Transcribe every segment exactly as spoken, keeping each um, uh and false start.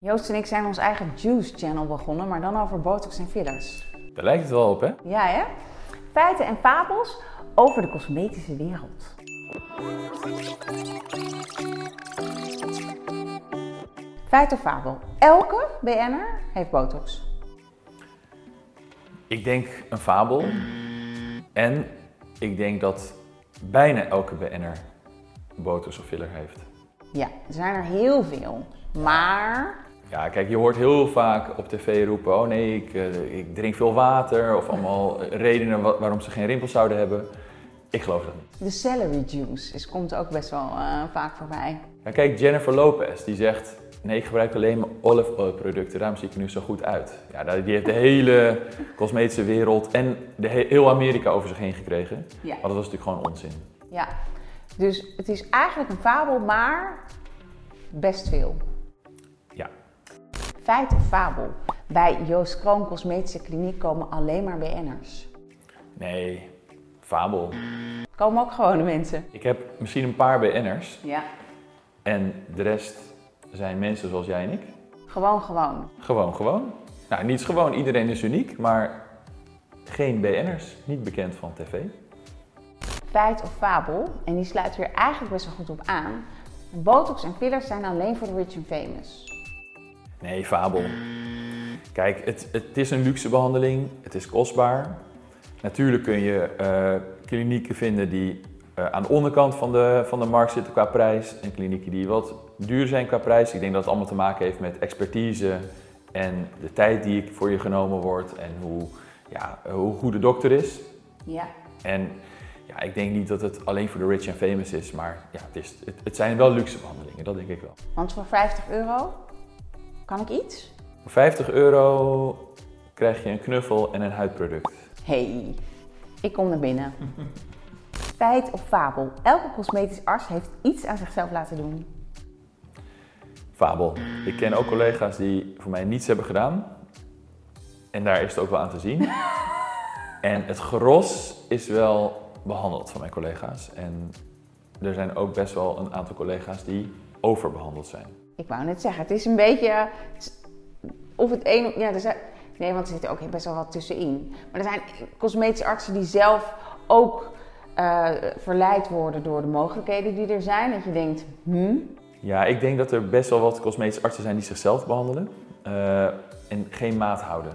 Joost en ik zijn ons eigen Juice Channel begonnen, maar dan over botox en fillers. Daar lijkt het wel op, hè? Ja, hè? Feiten en fabels over de cosmetische wereld. Feit of fabel? Elke B N'er heeft botox. Ik denk een fabel. En ik denk dat bijna elke B N'er botox of filler heeft. Ja, er zijn er heel veel. Maar... Ja, kijk, je hoort heel vaak op tv roepen, oh nee, ik, uh, ik drink veel water. Of allemaal redenen wa waarom ze geen rimpels zouden hebben. Ik geloof dat niet. De celery juice is, komt ook best wel uh, vaak voorbij. Ja, kijk, Jennifer Lopez, die zegt, nee, ik gebruik alleen maar olive oil producten, daarom zie ik er nu zo goed uit. Ja, die heeft de hele cosmetische wereld en de he heel Amerika over zich heen gekregen. Ja. Maar dat was natuurlijk gewoon onzin. Ja, dus het is eigenlijk een fabel, maar best veel. Ja. Feit of fabel? Bij Joost Kroon Cosmetische Kliniek komen alleen maar B N'ers. Nee, fabel. Komen ook gewone mensen. Ik heb misschien een paar B N'ers. Ja. En de rest zijn mensen zoals jij en ik. Gewoon, gewoon. Gewoon, gewoon. Nou, niet gewoon, iedereen is uniek, maar geen B N'ers, niet bekend van tv. Feit of fabel, en die sluit hier eigenlijk best wel goed op aan. Botox en fillers zijn alleen voor de rich and famous. Nee, fabel. Kijk, het, het is een luxe behandeling, het is kostbaar. Natuurlijk kun je uh, klinieken vinden die uh, aan de onderkant van de, van de markt zitten qua prijs. En klinieken die wat duur zijn qua prijs. Ik denk dat het allemaal te maken heeft met expertise en de tijd die voor je genomen wordt. En hoe, ja, hoe goed de dokter is. Ja. En ja, ik denk niet dat het alleen voor de rich and famous is, maar ja, het, is, het, het zijn wel luxe behandelingen, dat denk ik wel. Want voor vijftig euro kan ik iets? Voor vijftig euro krijg je een knuffel en een huidproduct. Hey, ik kom naar binnen. Feit of fabel? Elke cosmetisch arts heeft iets aan zichzelf laten doen. Fabel. Ik ken ook collega's die voor mij niets hebben gedaan. En daar is het ook wel aan te zien. En het gros is wel behandeld van mijn collega's. En er zijn ook best wel een aantal collega's die overbehandeld zijn. Ik wou net zeggen, het is een beetje... Of het een... Ja, er zijn, nee, want er zit ook best wel wat tussenin. Maar er zijn cosmetische artsen die zelf ook uh, verleid worden door de mogelijkheden die er zijn. Dat je denkt, hmm? Ja, ik denk dat er best wel wat cosmetische artsen zijn die zichzelf behandelen. Uh, en geen maat houden.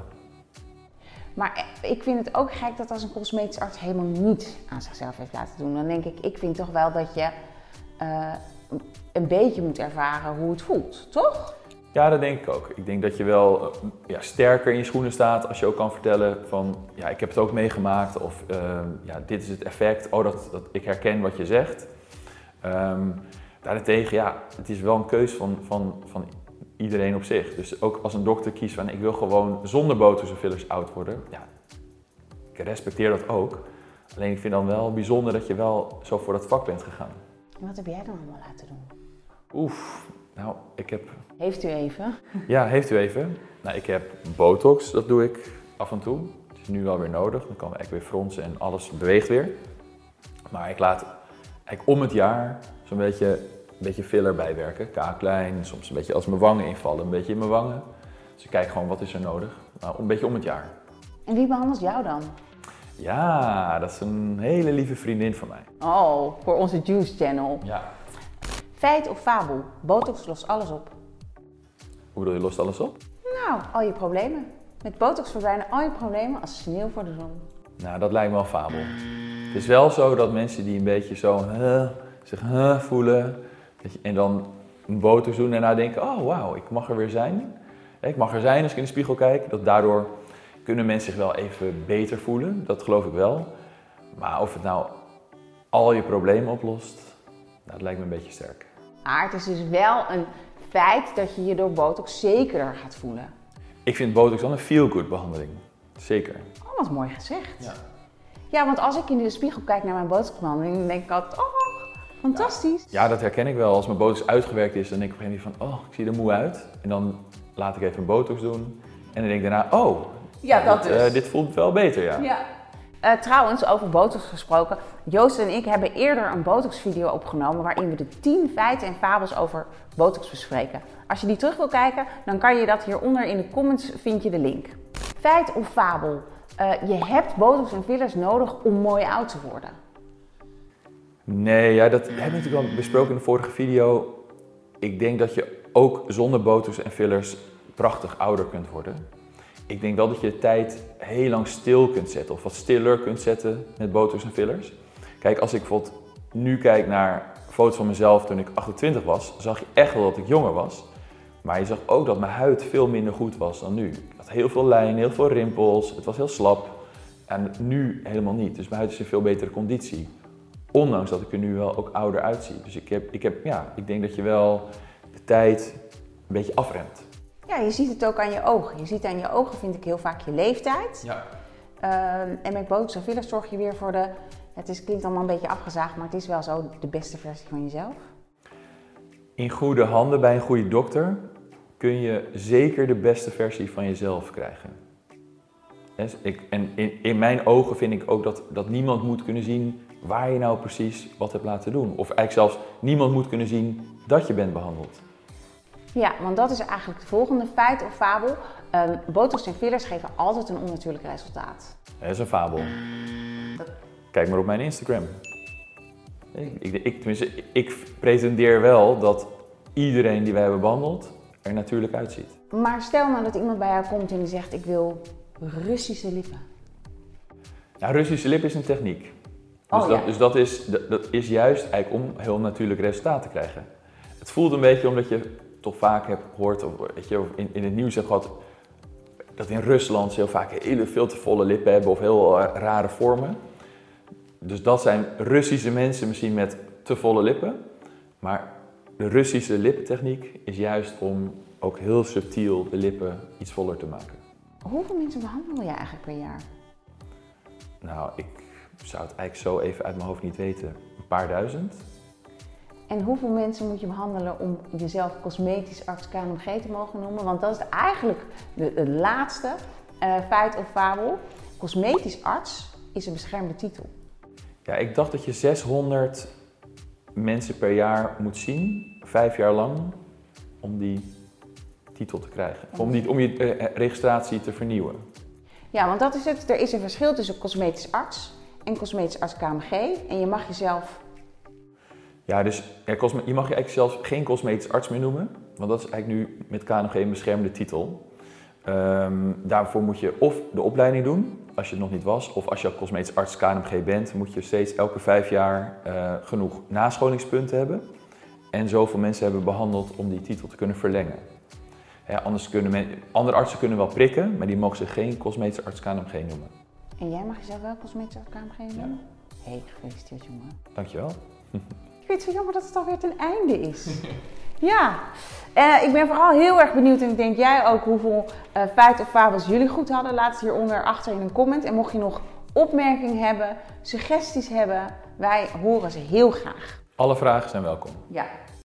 Maar ik vind het ook gek dat als een cosmetisch arts helemaal niets aan zichzelf heeft laten doen. Dan denk ik, ik vind toch wel dat je uh, een beetje moet ervaren hoe het voelt, toch? Ja, dat denk ik ook. Ik denk dat je wel uh, ja, sterker in je schoenen staat als je ook kan vertellen van, ja, ik heb het ook meegemaakt. Of uh, ja, dit is het effect. Oh, dat, dat ik herken wat je zegt. Um, daarentegen, ja, het is wel een keus van, van, van iedereen op zich. Dus ook als een dokter kiest van, ik wil gewoon zonder botox of fillers oud worden. Ja, ik respecteer dat ook. Alleen ik vind dan wel bijzonder dat je wel zo voor dat vak bent gegaan. En wat heb jij dan allemaal laten doen? Oef, nou, ik heb... Heeft u even? Ja, heeft u even. Nou, ik heb botox, dat doe ik af en toe. Het is nu wel weer nodig, dan kan ik weer fronsen en alles beweegt weer. Maar ik laat eigenlijk om het jaar zo'n beetje, een beetje filler bijwerken. Kaaklijn, soms een beetje als mijn wangen invallen, een beetje in mijn wangen. Dus ik kijk gewoon wat is er nodig. Nou, een beetje om het jaar. En wie behandelt jou dan? Ja, dat is een hele lieve vriendin van mij. Oh, voor onze Juice Channel. Ja. Feit of fabel? Botox lost alles op. Hoe bedoel je, lost alles op? Nou, al je problemen. Met botox verdwijnen al je problemen als sneeuw voor de zon. Nou, dat lijkt me wel fabel. Het is wel zo dat mensen die een beetje zo uh, zich uh, voelen dat je, en dan een botox doen en daarna denken, oh wauw, ik mag er weer zijn. Ik mag er zijn als ik in de spiegel kijk. Dat daardoor kunnen mensen zich wel even beter voelen, dat geloof ik wel. Maar of het nou al je problemen oplost, nou, dat lijkt me een beetje sterk. Maar het is dus wel een feit dat je je door botox zekerder gaat voelen. Ik vind botox wel een feel-good behandeling. Zeker. Oh, wat mooi gezegd. Ja. Ja, want als ik in de spiegel kijk naar mijn botoxbehandeling, dan denk ik altijd, oh, fantastisch. Ja, ja, dat herken ik wel. Als mijn botox uitgewerkt is, dan denk ik op een gegeven moment van, oh, ik zie er moe uit. En dan laat ik even een botox doen. En dan denk ik daarna, oh, ja, dat dit, dus. uh, dit voelt wel beter, ja. Ja. Uh, trouwens, over botox gesproken. Joost en ik hebben eerder een botox video opgenomen waarin we de tien feiten en fabels over botox bespreken. Als je die terug wil kijken, dan kan je dat hieronder in de comments, vind je de link. Feit of fabel? Uh, je hebt botox en fillers nodig om mooi oud te worden. Nee, ja, dat hebben we natuurlijk al besproken in de vorige video. Ik denk dat je ook zonder botox en fillers prachtig ouder kunt worden. Ik denk wel dat je de tijd heel lang stil kunt zetten of wat stiller kunt zetten met botox en fillers. Kijk, als ik bijvoorbeeld nu kijk naar foto's van mezelf toen ik achtentwintig was, zag je echt wel dat ik jonger was. Maar je zag ook dat mijn huid veel minder goed was dan nu. Ik had heel veel lijnen, heel veel rimpels, het was heel slap. En nu helemaal niet. Dus mijn huid is in veel betere conditie. Ondanks dat ik er nu wel ook ouder uitzie. Dus ik, heb, ik, heb, ja, ik denk dat je wel de tijd een beetje afremt. Ja, je ziet het ook aan je ogen. Je ziet aan je ogen, vind ik, heel vaak je leeftijd. Ja. Uh, en met botox en fillers zorg je weer voor de... Het is, klinkt allemaal een beetje afgezaagd, maar het is wel zo de beste versie van jezelf. In goede handen bij een goede dokter kun je zeker de beste versie van jezelf krijgen. Dus ik, en in, in mijn ogen vind ik ook dat, dat niemand moet kunnen zien waar je nou precies wat hebt laten doen. Of eigenlijk zelfs niemand moet kunnen zien dat je bent behandeld. Ja, want dat is eigenlijk het volgende feit of fabel. Um, botox en fillers geven altijd een onnatuurlijk resultaat. Dat is een fabel. Dat... Kijk maar op mijn Instagram. Ik, ik, ik, tenminste, ik pretendeer wel dat iedereen die wij hebben behandeld er natuurlijk uitziet. Maar stel nou dat iemand bij jou komt en die zegt ik wil Russische lippen. Nou, Russische lip is een techniek. Dus, oh, dat, ja. dus dat, is, dat, dat is juist eigenlijk om heel natuurlijk resultaat te krijgen. Het voelt een beetje omdat je toch vaak hebt gehoord, of weet je, of in, in het nieuws hebt gehad, dat in Rusland ze heel vaak hele veel te volle lippen hebben of heel uh, rare vormen. Dus dat zijn Russische mensen misschien met te volle lippen. Maar de Russische lippentechniek is juist om ook heel subtiel de lippen iets voller te maken. Hoeveel mensen behandel je eigenlijk per jaar? Nou, ik zou het eigenlijk zo even uit mijn hoofd niet weten. Een paar duizend. En hoeveel mensen moet je behandelen om jezelf cosmetisch arts K N M G te mogen noemen? Want dat is eigenlijk de, de laatste uh, feit of fabel. Cosmetisch arts is een beschermde titel. Ja, ik dacht dat je zeshonderd mensen per jaar moet zien, vijf jaar lang, om die titel te krijgen. Om, die, om je uh, registratie te vernieuwen. Ja, want dat is het. Er is een verschil tussen cosmetisch arts en cosmetisch arts K N M G. En je mag jezelf... Ja, dus ja, je mag je eigenlijk zelfs geen cosmetisch arts meer noemen. Want dat is eigenlijk nu met K N M G een beschermde titel. Um, daarvoor moet je of de opleiding doen, als je het nog niet was. Of als je al cosmetisch arts K N M G bent, moet je steeds elke vijf jaar uh, genoeg nascholingspunten hebben. En zoveel mensen hebben behandeld om die titel te kunnen verlengen. Ja, anders kunnen men, andere artsen kunnen wel prikken, maar die mogen zich geen cosmetisch arts K N M G noemen. En jij mag jezelf wel cosmetisch arts K N M G noemen? Ja. Hé, hey, gefeliciteerd jongen. Dankjewel. Ik vind het zo jammer dat het alweer ten einde is. Ja, uh, ik ben vooral heel erg benieuwd en ik denk jij ook hoeveel uh, feiten of fabels jullie goed hadden. Laat het hieronder achter in een comment. En mocht je nog opmerkingen hebben, suggesties hebben, wij horen ze heel graag. Alle vragen zijn welkom. Ja.